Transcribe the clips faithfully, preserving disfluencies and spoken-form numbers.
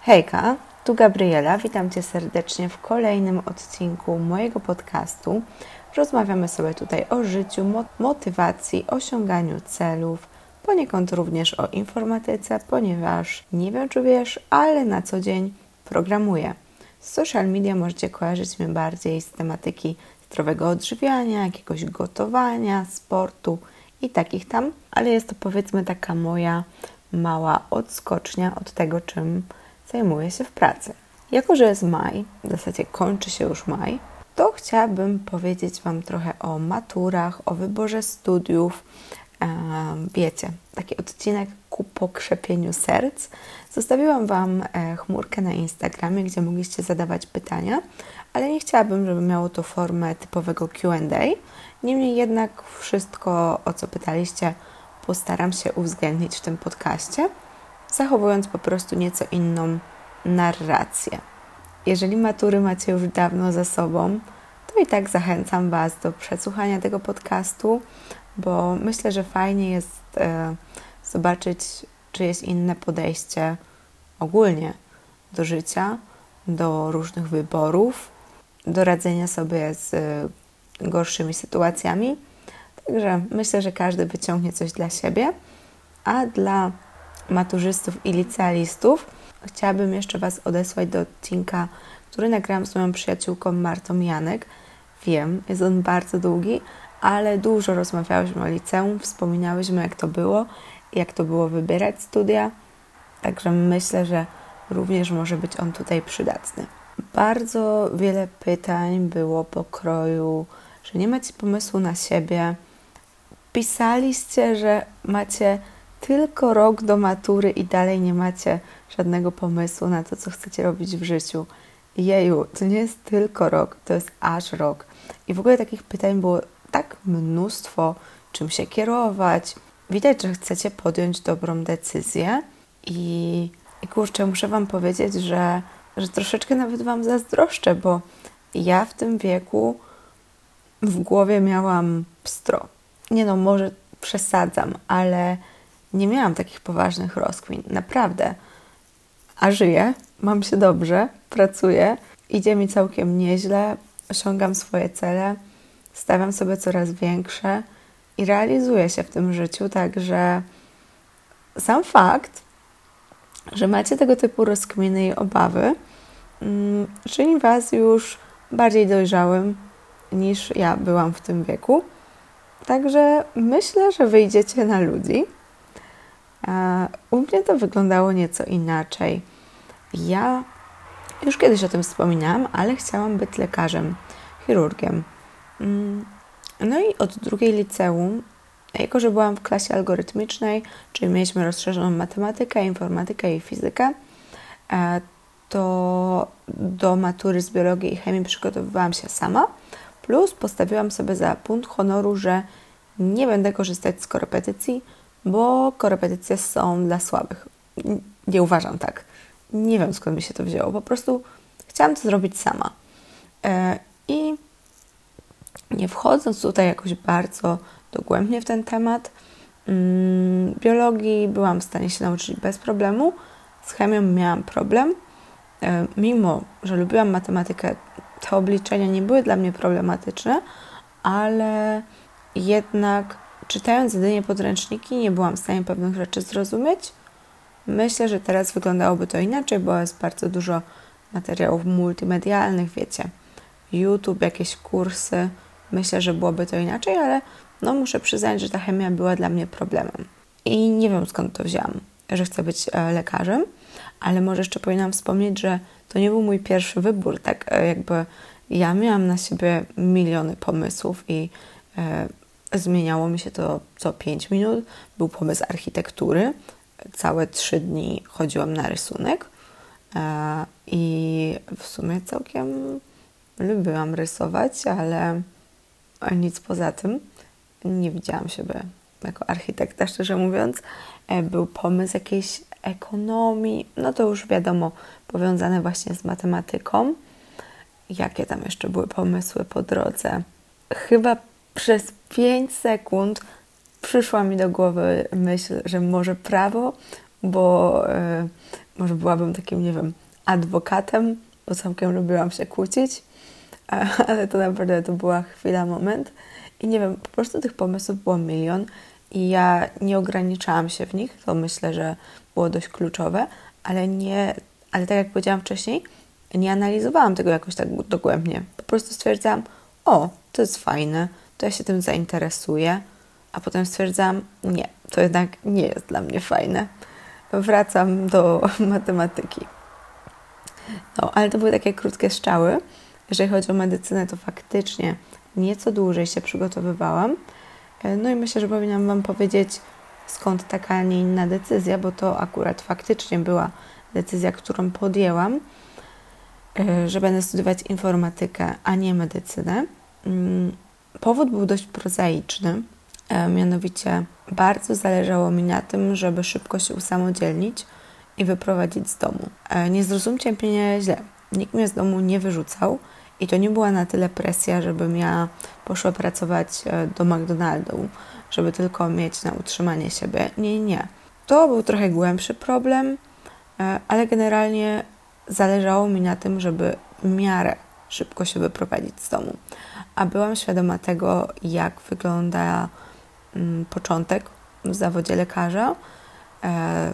Hejka, tu Gabriela, witam Cię serdecznie w kolejnym odcinku mojego podcastu. Rozmawiamy sobie tutaj o życiu, motywacji, osiąganiu celów, poniekąd również o informatyce, ponieważ nie wiem, czy wiesz, ale na co dzień programuję. Z social media możecie kojarzyć mnie bardziej z tematyki zdrowego odżywiania, jakiegoś gotowania, sportu i takich tam, ale jest to, powiedzmy, taka moja mała odskocznia od tego, czym zajmuję się w pracy. Jako że jest maj, w zasadzie kończy się już maj, to chciałabym powiedzieć Wam trochę o maturach, o wyborze studiów. Ehm, wiecie, taki odcinek ku pokrzepieniu serc. Zostawiłam Wam e, chmurkę na Instagramie, gdzie mogliście zadawać pytania, ale nie chciałabym, żeby miało to formę typowego Q and A. Niemniej jednak wszystko, o co pytaliście, postaram się uwzględnić w tym podcaście, zachowując po prostu nieco inną narrację. Jeżeli matury macie już dawno za sobą, to i tak zachęcam Was do przesłuchania tego podcastu, bo myślę, że fajnie jest e, zobaczyć czyjeś inne podejście ogólnie do życia, do różnych wyborów, do radzenia sobie z e, gorszymi sytuacjami. Także myślę, że każdy wyciągnie coś dla siebie, a dla maturzystów i licealistów chciałabym jeszcze Was odesłać do odcinka, który nagrałam z moją przyjaciółką Martą Janek. Wiem, jest on bardzo długi, ale dużo rozmawiałyśmy o liceum, wspominałyśmy, jak to było, jak to było wybierać studia, także myślę, że również może być on tutaj przydatny. Bardzo wiele pytań było pokroju, że nie macie pomysłu na siebie. Pisaliście, że macie tylko rok do matury i dalej nie macie żadnego pomysłu na to, co chcecie robić w życiu. Jeju, to nie jest tylko rok, to jest aż rok. I w ogóle takich pytań było tak mnóstwo, czym się kierować. Widać, że chcecie podjąć dobrą decyzję i, i kurczę, muszę Wam powiedzieć, że, że troszeczkę nawet Wam zazdroszczę, bo ja w tym wieku w głowie miałam pstro. Nie no, może przesadzam, ale nie miałam takich poważnych rozkmin. Naprawdę. A żyję, mam się dobrze, pracuję, idzie mi całkiem nieźle, osiągam swoje cele, stawiam sobie coraz większe i realizuję się w tym życiu, także sam fakt, że macie tego typu rozkminy i obawy, mm, czyni Was już bardziej dojrzałym niż ja byłam w tym wieku. Także myślę, że wyjdziecie na ludzi. U mnie to wyglądało nieco inaczej. Ja już kiedyś o tym wspominałam, ale chciałam być lekarzem, chirurgiem. No i od drugiej liceum, jako że byłam w klasie algorytmicznej, czyli mieliśmy rozszerzoną matematykę, informatykę i fizykę, to do matury z biologii i chemii przygotowywałam się sama, plus postawiłam sobie za punkt honoru, że nie będę korzystać z korepetycji, bo korepetycje są dla słabych. Nie uważam tak. Nie wiem, skąd mi się to wzięło. Po prostu chciałam to zrobić sama. I nie wchodząc tutaj jakoś bardzo dogłębnie w ten temat, biologii byłam w stanie się nauczyć bez problemu. Z chemią miałam problem. Mimo że lubiłam matematykę, te obliczenia nie były dla mnie problematyczne, ale jednak czytając jedynie podręczniki nie byłam w stanie pewnych rzeczy zrozumieć. Myślę, że teraz wyglądałoby to inaczej, bo jest bardzo dużo materiałów multimedialnych, wiecie, YouTube, jakieś kursy. Myślę, że byłoby to inaczej, ale no muszę przyznać, że ta chemia była dla mnie problemem. I nie wiem, skąd to wzięłam, że chcę być lekarzem, ale może jeszcze powinnam wspomnieć, że to nie był mój pierwszy wybór, tak jakby ja miałam na siebie miliony pomysłów i e, zmieniało mi się to co pięć minut. Był pomysł architektury. Całe trzy dni chodziłam na rysunek e, i w sumie całkiem lubiłam rysować, ale nic poza tym. Nie widziałam siebie jako architekta, szczerze mówiąc. E, był pomysł jakiejś ekonomii, no to już wiadomo, powiązane właśnie z matematyką. Jakie tam jeszcze były pomysły po drodze? Chyba przez pięć sekund przyszła mi do głowy myśl, że może prawo, bo może byłabym takim, nie wiem, adwokatem, bo całkiem lubiłam się kłócić, ale to naprawdę to była chwila, moment i nie wiem, po prostu tych pomysłów było milion i ja nie ograniczałam się w nich, to myślę, że było dość kluczowe, ale nie, ale tak jak powiedziałam wcześniej, nie analizowałam tego jakoś tak dogłębnie. Po prostu stwierdzałam, o, to jest fajne, to ja się tym zainteresuję, a potem stwierdzam, nie, to jednak nie jest dla mnie fajne. Wracam do matematyki. No, ale to były takie krótkie strzały. Jeżeli chodzi o medycynę, to faktycznie nieco dłużej się przygotowywałam. No i myślę, że powinnam Wam powiedzieć, skąd taka, a nie inna decyzja, bo to akurat faktycznie była decyzja, którą podjęłam, że będę studiować informatykę, a nie medycynę. Powód był dość prozaiczny, mianowicie bardzo zależało mi na tym, żeby szybko się usamodzielnić i wyprowadzić z domu. Nie zrozumcie mnie źle, nikt mnie z domu nie wyrzucał i to nie była na tyle presja, żebym ja poszła pracować do McDonaldu, żeby tylko mieć na utrzymanie siebie. Nie, nie. To był trochę głębszy problem, ale generalnie zależało mi na tym, żeby w miarę szybko się wyprowadzić z domu. A byłam świadoma tego, jak wygląda mm, początek w zawodzie lekarza, e,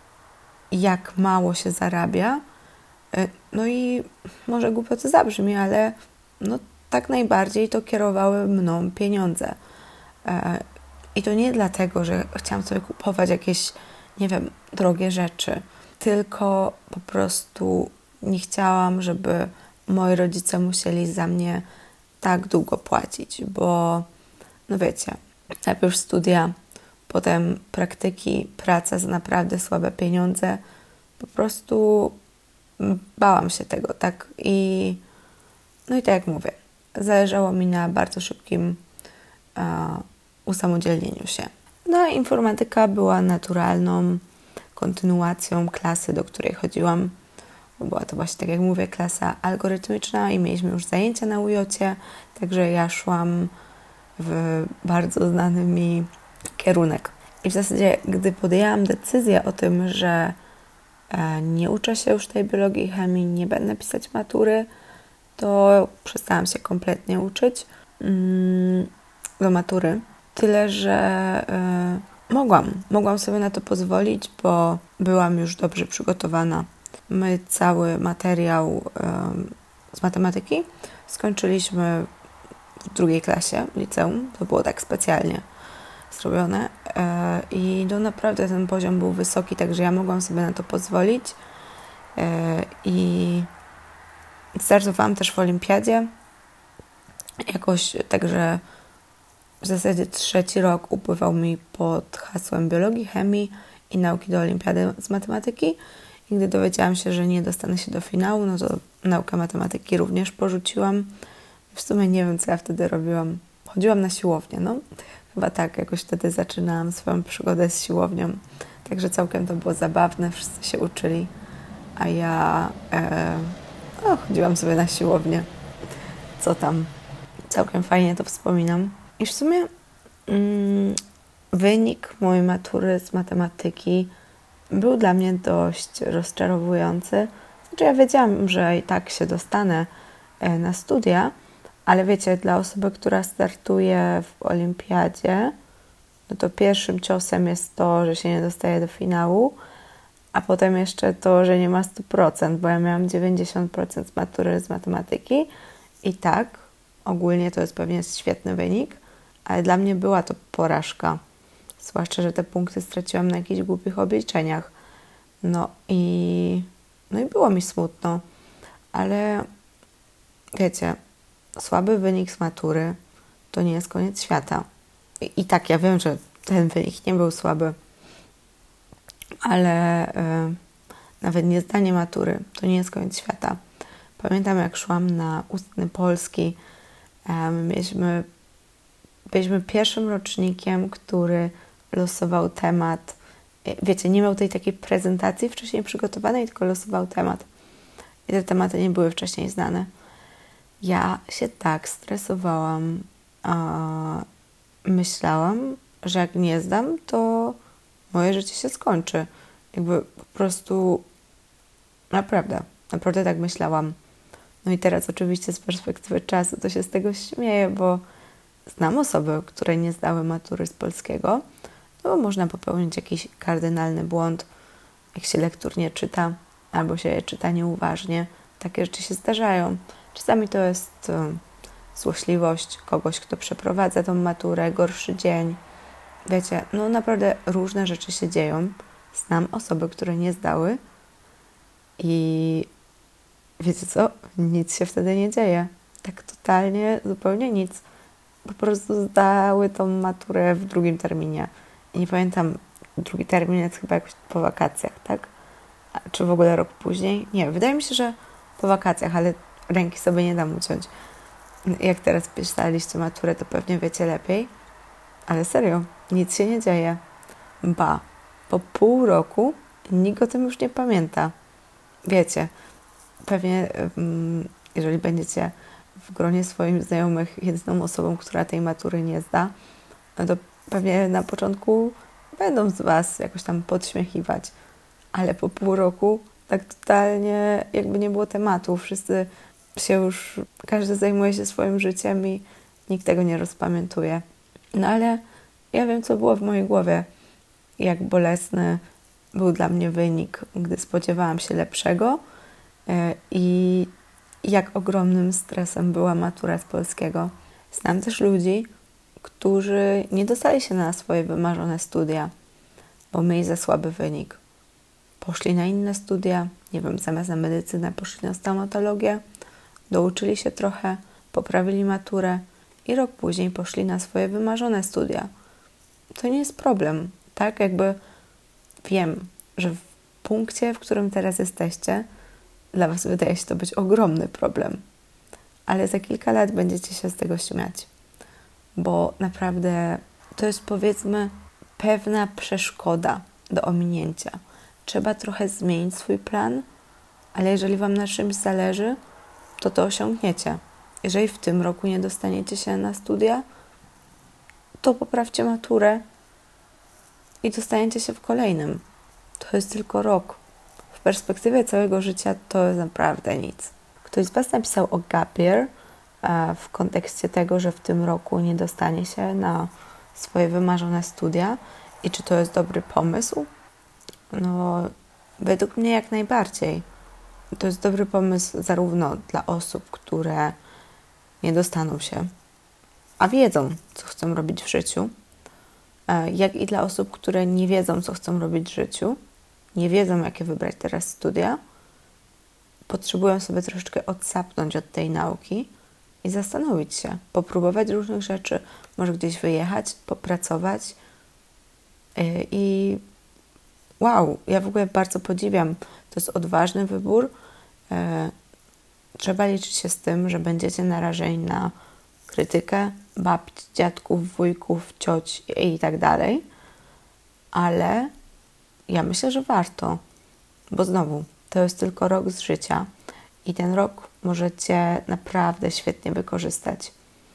jak mało się zarabia. E, no i może głupio to zabrzmi, ale no, tak najbardziej to kierowały mną pieniądze. E, I to nie dlatego, że chciałam sobie kupować jakieś, nie wiem, drogie rzeczy, tylko po prostu nie chciałam, żeby moi rodzice musieli za mnie tak długo płacić, bo no wiecie, najpierw studia, potem praktyki, praca za naprawdę słabe pieniądze. Po prostu bałam się tego, tak? I no i tak jak mówię, zależało mi na bardzo szybkim uh, usamodzielnieniu się. No a informatyka była naturalną kontynuacją klasy, do której chodziłam. Była to właśnie, tak jak mówię, klasa algorytmiczna i mieliśmy już zajęcia na ujocie, także ja szłam w bardzo znany mi kierunek. I w zasadzie, gdy podjęłam decyzję o tym, że e, nie uczę się już tej biologii i chemii, nie będę pisać matury, to przestałam się kompletnie uczyć mm, do matury. Tyle, że e, mogłam, mogłam sobie na to pozwolić, bo byłam już dobrze przygotowana. My cały materiał um, z matematyki skończyliśmy w drugiej klasie liceum. To było tak specjalnie zrobione. E, I no naprawdę ten poziom był wysoki, także ja mogłam sobie na to pozwolić. E, I startowałam też w olimpiadzie. Jakoś także w zasadzie trzeci rok upływał mi pod hasłem biologii, chemii i nauki do olimpiady z matematyki. I gdy dowiedziałam się, że nie dostanę się do finału, no to naukę matematyki również porzuciłam. W sumie nie wiem, co ja wtedy robiłam. Chodziłam na siłownię, no. Chyba tak, jakoś wtedy zaczynałam swoją przygodę z siłownią. Także całkiem to było zabawne, wszyscy się uczyli, a ja e, no, chodziłam sobie na siłownię. Co tam? Całkiem fajnie to wspominam. I w sumie mm, wynik mojej matury z matematyki był dla mnie dość rozczarowujący. Znaczy ja wiedziałam, że i tak się dostanę na studia, ale wiecie, dla osoby, która startuje w olimpiadzie, no to pierwszym ciosem jest to, że się nie dostaje do finału, a potem jeszcze to, że nie ma sto procent, bo ja miałam dziewięćdziesiąt procent z matury z matematyki i tak, ogólnie to jest pewnie świetny wynik, ale dla mnie była to porażka. Zwłaszcza, że te punkty straciłam na jakichś głupich obliczeniach. No i, no i było mi smutno. Ale wiecie, słaby wynik z matury to nie jest koniec świata. I, i tak, ja wiem, że ten wynik nie był słaby. Ale y, nawet nie zdanie matury to nie jest koniec świata. Pamiętam, jak szłam na ustny polski, y, mieliśmy, byliśmy pierwszym rocznikiem, który losował temat. Wiecie, nie miał tej takiej prezentacji wcześniej przygotowanej, tylko losował temat. I te tematy nie były wcześniej znane. Ja się tak stresowałam. A myślałam, że jak nie zdam, to moje życie się skończy. Jakby po prostu Naprawdę, naprawdę tak myślałam. No i teraz oczywiście z perspektywy czasu to się z tego śmieję, bo znam osoby, które nie zdały matury z polskiego, no bo można popełnić jakiś kardynalny błąd, jak się lektur nie czyta, albo się je czyta nieuważnie. Takie rzeczy się zdarzają. Czasami to jest um, złośliwość kogoś, kto przeprowadza tą maturę, gorszy dzień. Wiecie, no naprawdę różne rzeczy się dzieją. Znam osoby, które nie zdały i wiecie co? Nic się wtedy nie dzieje. Tak totalnie, zupełnie nic. Po prostu zdały tą maturę w drugim terminie. I nie pamiętam, drugi termin jest chyba jakoś po wakacjach, tak? A, czy w ogóle rok później? Nie, wydaje mi się, że po wakacjach, ale ręki sobie nie dam uciąć. Jak teraz pisaliście maturę, to pewnie wiecie lepiej. Ale serio, nic się nie dzieje. Ba, po pół roku nikt o tym już nie pamięta. Wiecie, pewnie jeżeli będziecie w gronie swoich znajomych jedyną osobą, która tej matury nie zda, no to pewnie na początku będą z Was jakoś tam podśmiechiwać. Ale po pół roku tak totalnie jakby nie było tematu. Wszyscy się już, każdy zajmuje się swoim życiem i nikt tego nie rozpamiętuje. No ale ja wiem, co było w mojej głowie. Jak bolesny był dla mnie wynik, gdy spodziewałam się lepszego i jak ogromnym stresem była matura z polskiego. Znam też ludzi, którzy nie dostali się na swoje wymarzone studia, bo mieli za słaby wynik. Poszli na inne studia, nie wiem, zamiast na medycynę poszli na stomatologię, douczyli się trochę, poprawili maturę i rok później poszli na swoje wymarzone studia. To nie jest problem, tak? Jakby wiem, że w punkcie, w którym teraz jesteście, dla Was wydaje się to być ogromny problem, ale za kilka lat będziecie się z tego śmiać, bo naprawdę to jest, powiedzmy, pewna przeszkoda do ominięcia. Trzeba trochę zmienić swój plan, ale jeżeli Wam na czymś zależy, to to osiągniecie. Jeżeli w tym roku nie dostaniecie się na studia, to poprawcie maturę i dostaniecie się w kolejnym. To jest tylko rok. W perspektywie całego życia to jest naprawdę nic. Ktoś z Was napisał o gap year w kontekście tego, że w tym roku nie dostanie się na swoje wymarzone studia i czy to jest dobry pomysł? No, według mnie jak najbardziej. To jest dobry pomysł zarówno dla osób, które nie dostaną się, a wiedzą, co chcą robić w życiu, jak i dla osób, które nie wiedzą, co chcą robić w życiu, nie wiedzą, jakie wybrać teraz studia, potrzebują sobie troszeczkę odsapnąć od tej nauki i zastanowić się, popróbować różnych rzeczy, może gdzieś wyjechać, popracować i wow, ja w ogóle bardzo podziwiam. To jest odważny wybór. Trzeba liczyć się z tym, że będziecie narażeni na krytykę babci, dziadków, wujków, cioć i tak dalej, ale ja myślę, że warto, bo znowu, to jest tylko rok z życia i ten rok możecie naprawdę świetnie wykorzystać.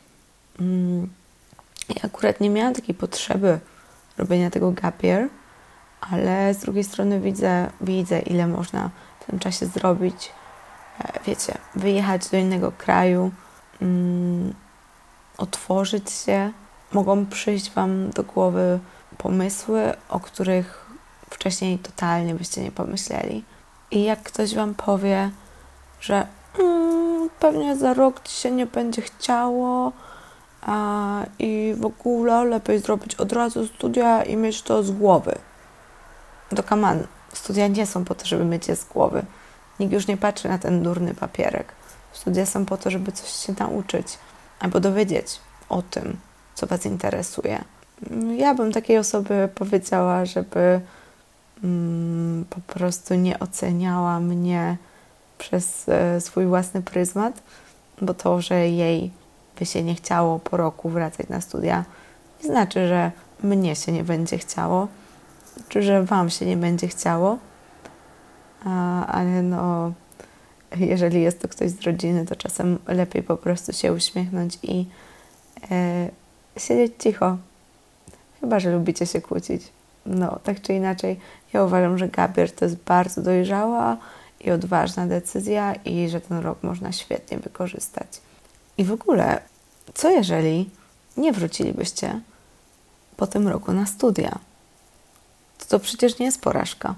Ja akurat nie miałam takiej potrzeby robienia tego gap year, ale z drugiej strony widzę, widzę, ile można w tym czasie zrobić. Wiecie, wyjechać do innego kraju, um, otworzyć się. Mogą przyjść Wam do głowy pomysły, o których wcześniej totalnie byście nie pomyśleli. I jak ktoś Wam powie, że mm, pewnie za rok Ci się nie będzie chciało a, i w ogóle lepiej zrobić od razu studia i mieć to z głowy. To come on, studia nie są po to, żeby mieć je z głowy. Nikt już nie patrzy na ten durny papierek. Studia są po to, żeby coś się nauczyć albo dowiedzieć o tym, co Was interesuje. Ja bym takiej osoby powiedziała, żeby mm, po prostu nie oceniała mnie przez e, swój własny pryzmat, bo to, że jej by się nie chciało po roku wracać na studia, nie znaczy, że mnie się nie będzie chciało, czy że Wam się nie będzie chciało, A, ale no, jeżeli jest to ktoś z rodziny, to czasem lepiej po prostu się uśmiechnąć i e, siedzieć cicho. Chyba że lubicie się kłócić. No, tak czy inaczej, ja uważam, że gap year to jest bardzo dojrzała i odważna decyzja i że ten rok można świetnie wykorzystać. I w ogóle, co jeżeli nie wrócilibyście po tym roku na studia? To, to przecież nie jest porażka.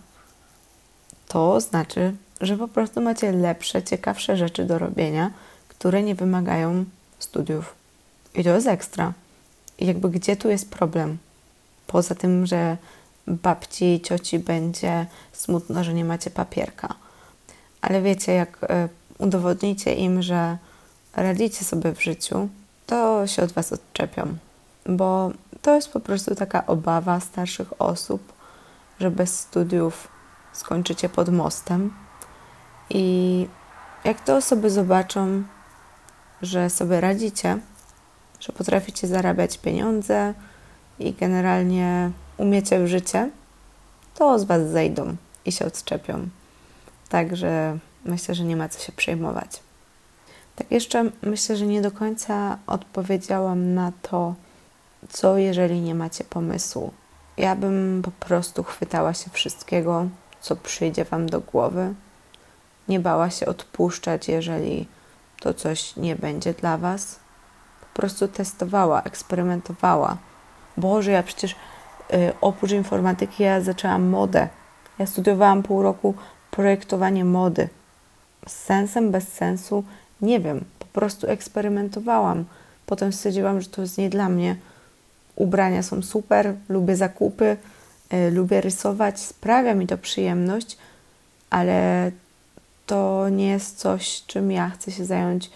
To znaczy, że po prostu macie lepsze, ciekawsze rzeczy do robienia, które nie wymagają studiów. I to jest ekstra. I jakby gdzie tu jest problem? Poza tym, że babci i cioci będzie smutno, że nie macie papierka. Ale wiecie, jak udowodnicie im, że radzicie sobie w życiu, to się od was odczepią. Bo to jest po prostu taka obawa starszych osób, że bez studiów skończycie pod mostem. I jak te osoby zobaczą, że sobie radzicie, że potraficie zarabiać pieniądze i generalnie umiecie w życie, to z was zejdą i się odczepią. Także myślę, że nie ma co się przejmować. Tak jeszcze myślę, że nie do końca odpowiedziałam na to, co jeżeli nie macie pomysłu. Ja bym po prostu chwytała się wszystkiego, co przyjdzie wam do głowy. Nie bała się odpuszczać, jeżeli to coś nie będzie dla was. Po prostu testowała, eksperymentowała. Boże, ja przecież y, oprócz informatyki ja zaczęłam modę. Ja studiowałam pół roku projektowanie mody. Z sensem, bez sensu, nie wiem. Po prostu eksperymentowałam. Potem stwierdziłam, że to jest nie dla mnie. Ubrania są super, lubię zakupy, y, lubię rysować, sprawia mi to przyjemność, ale to nie jest coś, czym ja chcę się zająć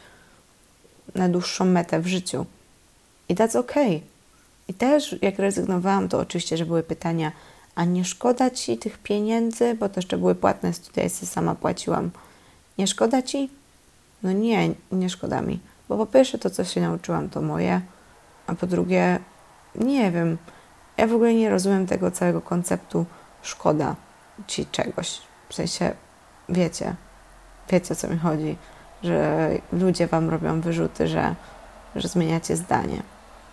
na dłuższą metę w życiu. I that's okay. I też jak rezygnowałam, to oczywiście, że były pytania, a nie szkoda ci tych pieniędzy, bo to jeszcze były płatne studia, ja sobie sama płaciłam. Nie szkoda ci? No nie, nie szkoda mi. Bo po pierwsze to, co się nauczyłam, to moje, a po drugie, nie wiem, ja w ogóle nie rozumiem tego całego konceptu szkoda ci czegoś. W sensie, wiecie, wiecie o co mi chodzi, że ludzie wam robią wyrzuty, że, że zmieniacie zdanie.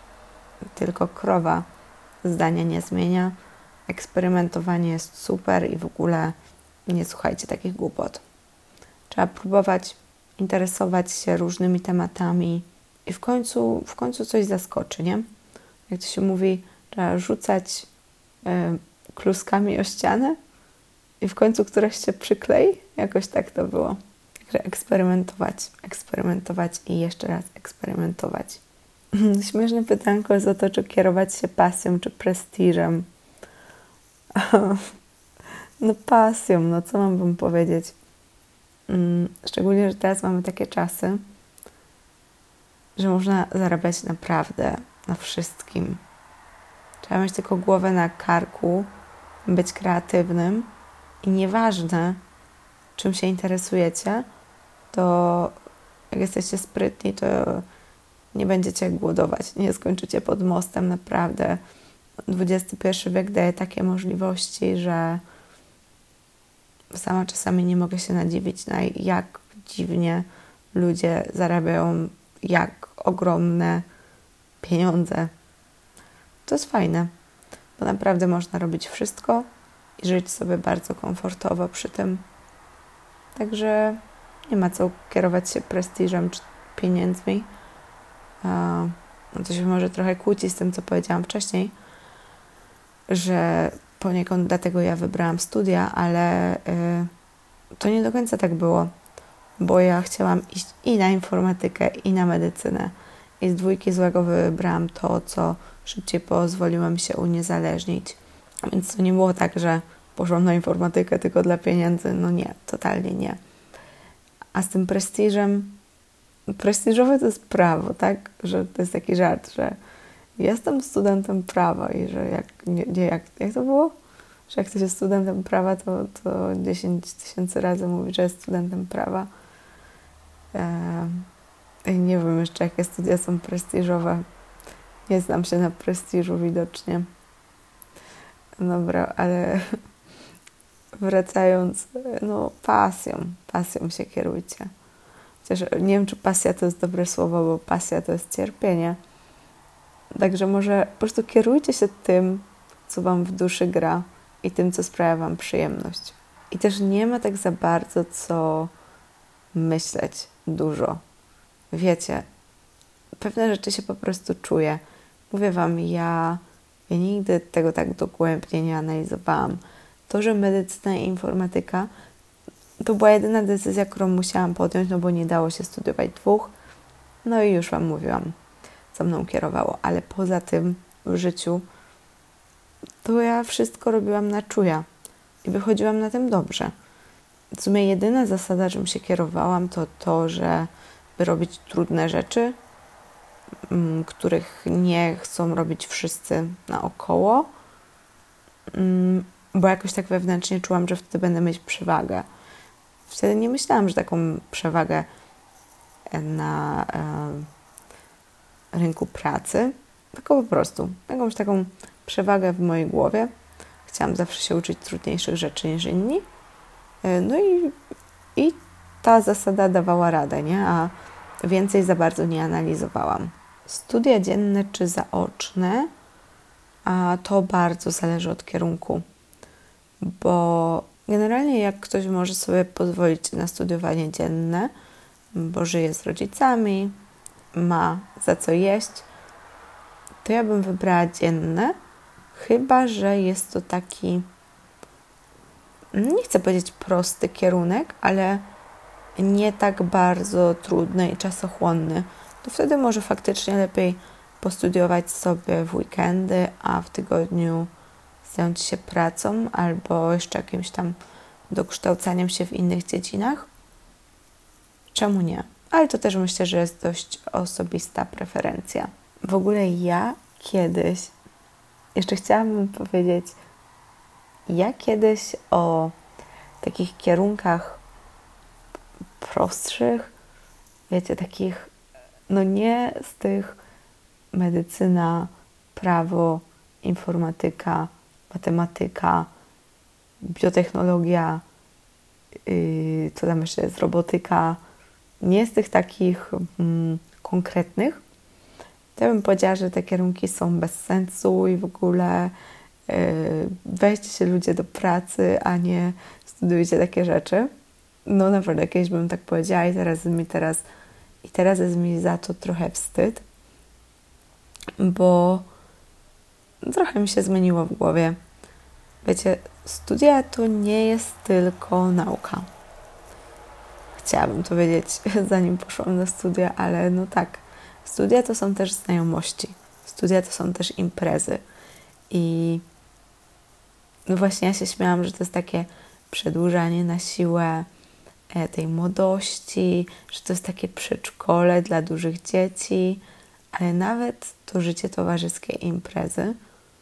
Tylko krowa zdania nie zmienia. Eksperymentowanie jest super i w ogóle nie słuchajcie takich głupot. Trzeba próbować interesować się różnymi tematami i w końcu, w końcu coś zaskoczy, nie? Jak to się mówi, trzeba rzucać y, kluskami o ścianę i w końcu któraś się przyklei. Jakoś tak to było. Także eksperymentować, eksperymentować i jeszcze raz eksperymentować. Śmieszne pytanko jest o to, czy kierować się pasją, czy prestiżem. No pasją, no co mam wam powiedzieć? Szczególnie, że teraz mamy takie czasy, że można zarabiać naprawdę na wszystkim. Trzeba mieć tylko głowę na karku, być kreatywnym i nieważne, czym się interesujecie, to jak jesteście sprytni, to nie będziecie głodować, nie skończycie pod mostem. Naprawdę dwudziesty pierwszy wiek daje takie możliwości, że sama czasami nie mogę się nadziwić, na jak dziwnie ludzie zarabiają, jak ogromne pieniądze. To jest fajne, bo naprawdę można robić wszystko i żyć sobie bardzo komfortowo przy tym. Także nie ma co kierować się prestiżem czy pieniędzmi. To się może trochę kłóci z tym, co powiedziałam wcześniej, że poniekąd dlatego ja wybrałam studia, ale to nie do końca tak było, bo ja chciałam iść i na informatykę, i na medycynę. I z dwójki złego wybrałam to, co szybciej pozwoliło mi się uniezależnić. Więc to nie było tak, że poszłam na informatykę tylko dla pieniędzy. No nie, totalnie nie. A z tym prestiżem, prestiżowe to jest prawo, tak? Że to jest taki żart, że jestem studentem prawa i że jak, nie, nie, jak, jak to było? Że jak ktoś jest studentem prawa, to, to dziesięć tysięcy razy mówi, że jest studentem prawa. Eee, nie wiem jeszcze, jakie studia są prestiżowe. Nie znam się na prestiżu widocznie. Dobra, ale wracając, no pasją, pasją się kierujcie. Chociaż nie wiem, czy pasja to jest dobre słowo, bo pasja to jest cierpienie. Także może po prostu kierujcie się tym, co wam w duszy gra i tym, co sprawia wam przyjemność. I też nie ma tak za bardzo co myśleć dużo. Wiecie, pewne rzeczy się po prostu czuję. Mówię Wam, ja, ja nigdy tego tak dogłębnie nie analizowałam. To, że medycyna i informatyka to była jedyna decyzja, którą musiałam podjąć, no bo nie dało się studiować dwóch. No i już Wam mówiłam, co mną kierowało. Ale poza tym w życiu to ja wszystko robiłam na czuja i wychodziłam na tym dobrze. W sumie jedyna zasada, czym się kierowałam, to to, że by robić trudne rzeczy, m, których nie chcą robić wszyscy naokoło, m, bo jakoś tak wewnętrznie czułam, że wtedy będę mieć przewagę. Wtedy nie myślałam, że taką przewagę na e, rynku pracy, tylko po prostu jakąś taką przewagę w mojej głowie. Chciałam zawsze się uczyć trudniejszych rzeczy niż inni. E, no i, i ta zasada dawała radę, nie? A więcej za bardzo nie analizowałam. Studia dzienne czy zaoczne, a to bardzo zależy od kierunku, bo generalnie jak ktoś może sobie pozwolić na studiowanie dzienne, bo żyje z rodzicami, ma za co jeść, to ja bym wybrała dzienne, chyba że jest to taki, nie chcę powiedzieć prosty kierunek, ale nie tak bardzo trudny i czasochłonny. To wtedy może faktycznie lepiej postudiować sobie w weekendy, a w tygodniu zająć się pracą albo jeszcze jakimś tam dokształcaniem się w innych dziedzinach. Czemu nie? Ale to też myślę, że jest dość osobista preferencja. W ogóle ja kiedyś, jeszcze chciałabym powiedzieć, ja kiedyś o takich kierunkach prostszych, wiecie, takich, no nie z tych medycyna, prawo, informatyka, matematyka, biotechnologia, yy, co tam jeszcze jest, robotyka, nie z tych takich mm, konkretnych, to ja bym powiedziała, że te kierunki są bez sensu i w ogóle yy, weźcie się ludzie do pracy, a nie studiujcie takie rzeczy. No naprawdę, kiedyś bym tak powiedziała i teraz mi teraz i teraz jest mi za to trochę wstyd, bo trochę mi się zmieniło w głowie. Wiecie, studia to nie jest tylko nauka. Chciałabym to wiedzieć, zanim poszłam na studia, ale no tak, studia to są też znajomości. Studia to są też imprezy. I no właśnie ja się śmiałam, że to jest takie przedłużanie na siłę tej młodości, że to jest takie przedszkole dla dużych dzieci, ale nawet to życie towarzyskie i imprezy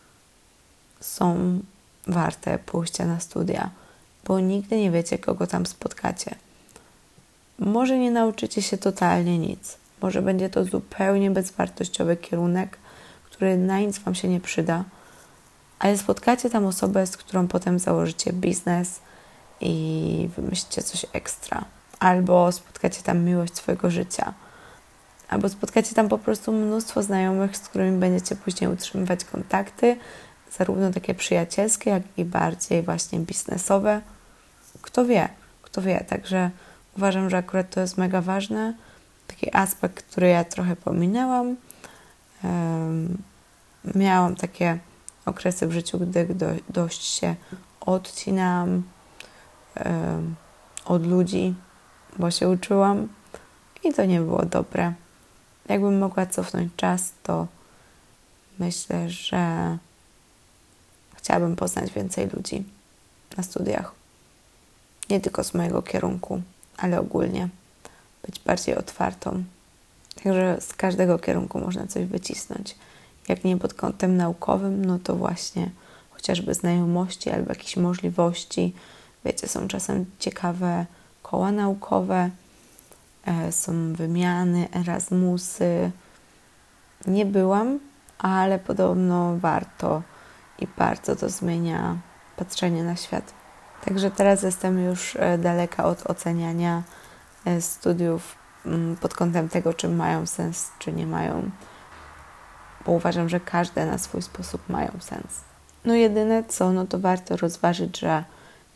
są warte pójścia na studia, bo nigdy nie wiecie, kogo tam spotkacie. Może nie nauczycie się totalnie nic, może będzie to zupełnie bezwartościowy kierunek, który na nic Wam się nie przyda, ale spotkacie tam osobę, z którą potem założycie biznes i wymyślicie coś ekstra. Albo spotkacie tam miłość swojego życia. Albo spotkacie tam po prostu mnóstwo znajomych, z którymi będziecie później utrzymywać kontakty, zarówno takie przyjacielskie, jak i bardziej właśnie biznesowe. Kto wie, kto wie. Także uważam, że akurat to jest mega ważne. Taki aspekt, który ja trochę pominęłam. Um, miałam takie okresy w życiu, gdy do, dość się odcinałam um, od ludzi, bo się uczyłam i to nie było dobre. Jakbym mogła cofnąć czas, to myślę, że chciałabym poznać więcej ludzi na studiach. Nie tylko z mojego kierunku, ale ogólnie. Być bardziej otwartą. Także z każdego kierunku można coś wycisnąć. Jak nie pod kątem naukowym, no to właśnie chociażby znajomości albo jakieś możliwości. Wiecie, są czasem ciekawe koła naukowe, e, są wymiany, Erasmusy. Nie byłam, ale podobno warto i bardzo to zmienia patrzenie na świat. Także teraz jestem już daleka od oceniania studiów pod kątem tego, czy mają sens, czy nie mają, bo uważam, że każde na swój sposób mają sens. No jedyne co, no to warto rozważyć, że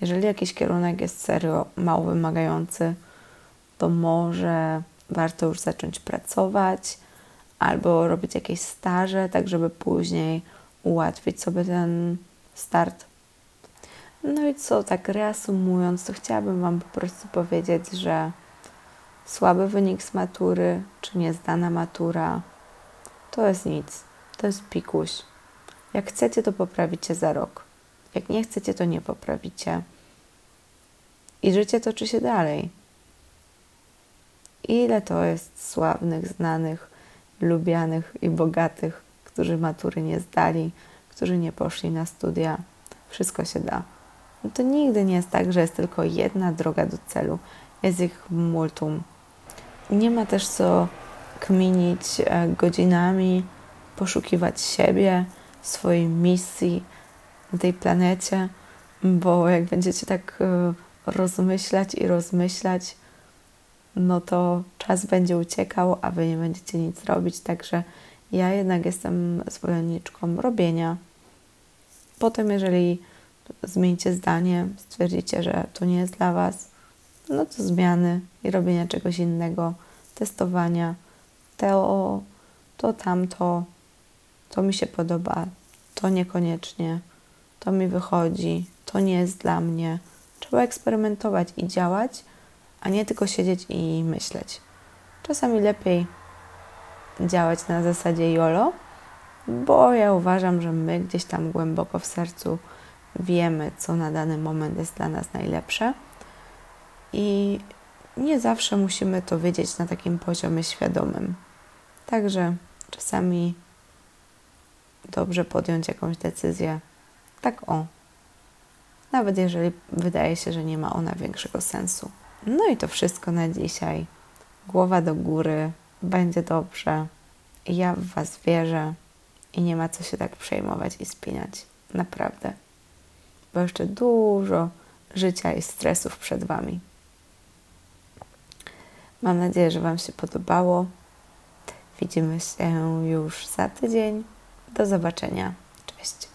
Jeżeli jakiś kierunek jest serio mało wymagający, to może warto już zacząć pracować albo robić jakieś staże, tak żeby później ułatwić sobie ten start. No i co, tak reasumując, to chciałabym Wam po prostu powiedzieć, że słaby wynik z matury, czy niezdana matura, to jest nic, to jest pikuś. Jak chcecie, to poprawicie za rok. Jak nie chcecie, to nie poprawicie. I życie toczy się dalej. Ile to jest sławnych, znanych, lubianych i bogatych, którzy matury nie zdali, którzy nie poszli na studia. Wszystko się da. No to nigdy nie jest tak, że jest tylko jedna droga do celu. Jest ich multum. Nie ma też co kminić godzinami, poszukiwać siebie, swojej misji na tej planecie, bo jak będziecie tak rozmyślać i rozmyślać, no to czas będzie uciekał, a Wy nie będziecie nic robić. Także ja jednak jestem zwolenniczką robienia. Potem, jeżeli zmienicie zdanie, stwierdzicie, że to nie jest dla Was, no to zmiany i robienia czegoś innego, testowania, to, to tamto, to mi się podoba, to niekoniecznie, to mi wychodzi, to nie jest dla mnie. Trzeba eksperymentować i działać, a nie tylko siedzieć i myśleć. Czasami lepiej działać na zasadzie YOLO, bo ja uważam, że my gdzieś tam głęboko w sercu wiemy, co na dany moment jest dla nas najlepsze i nie zawsze musimy to wiedzieć na takim poziomie świadomym. Także czasami dobrze podjąć jakąś decyzję, tak o, nawet jeżeli wydaje się, że nie ma ona większego sensu. No i to wszystko na dzisiaj. Głowa do góry, będzie dobrze. Ja w Was wierzę i nie ma co się tak przejmować i spinać. Naprawdę. Bo jeszcze dużo życia i stresów przed Wami. Mam nadzieję, że Wam się podobało. Widzimy się już za tydzień. Do zobaczenia. Cześć.